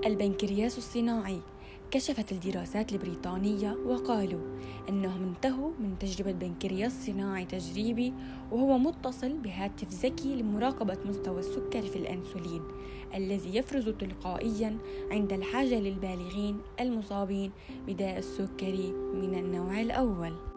البنكرياس الصناعي. كشفت الدراسات البريطانية وقالوا أنهم انتهوا من تجربة بنكرياس صناعي تجريبي، وهو متصل بهاتف ذكي لمراقبة مستوى السكر في الأنسولين الذي يفرز تلقائيا عند الحاجة للبالغين المصابين بداء السكري من النوع الأول.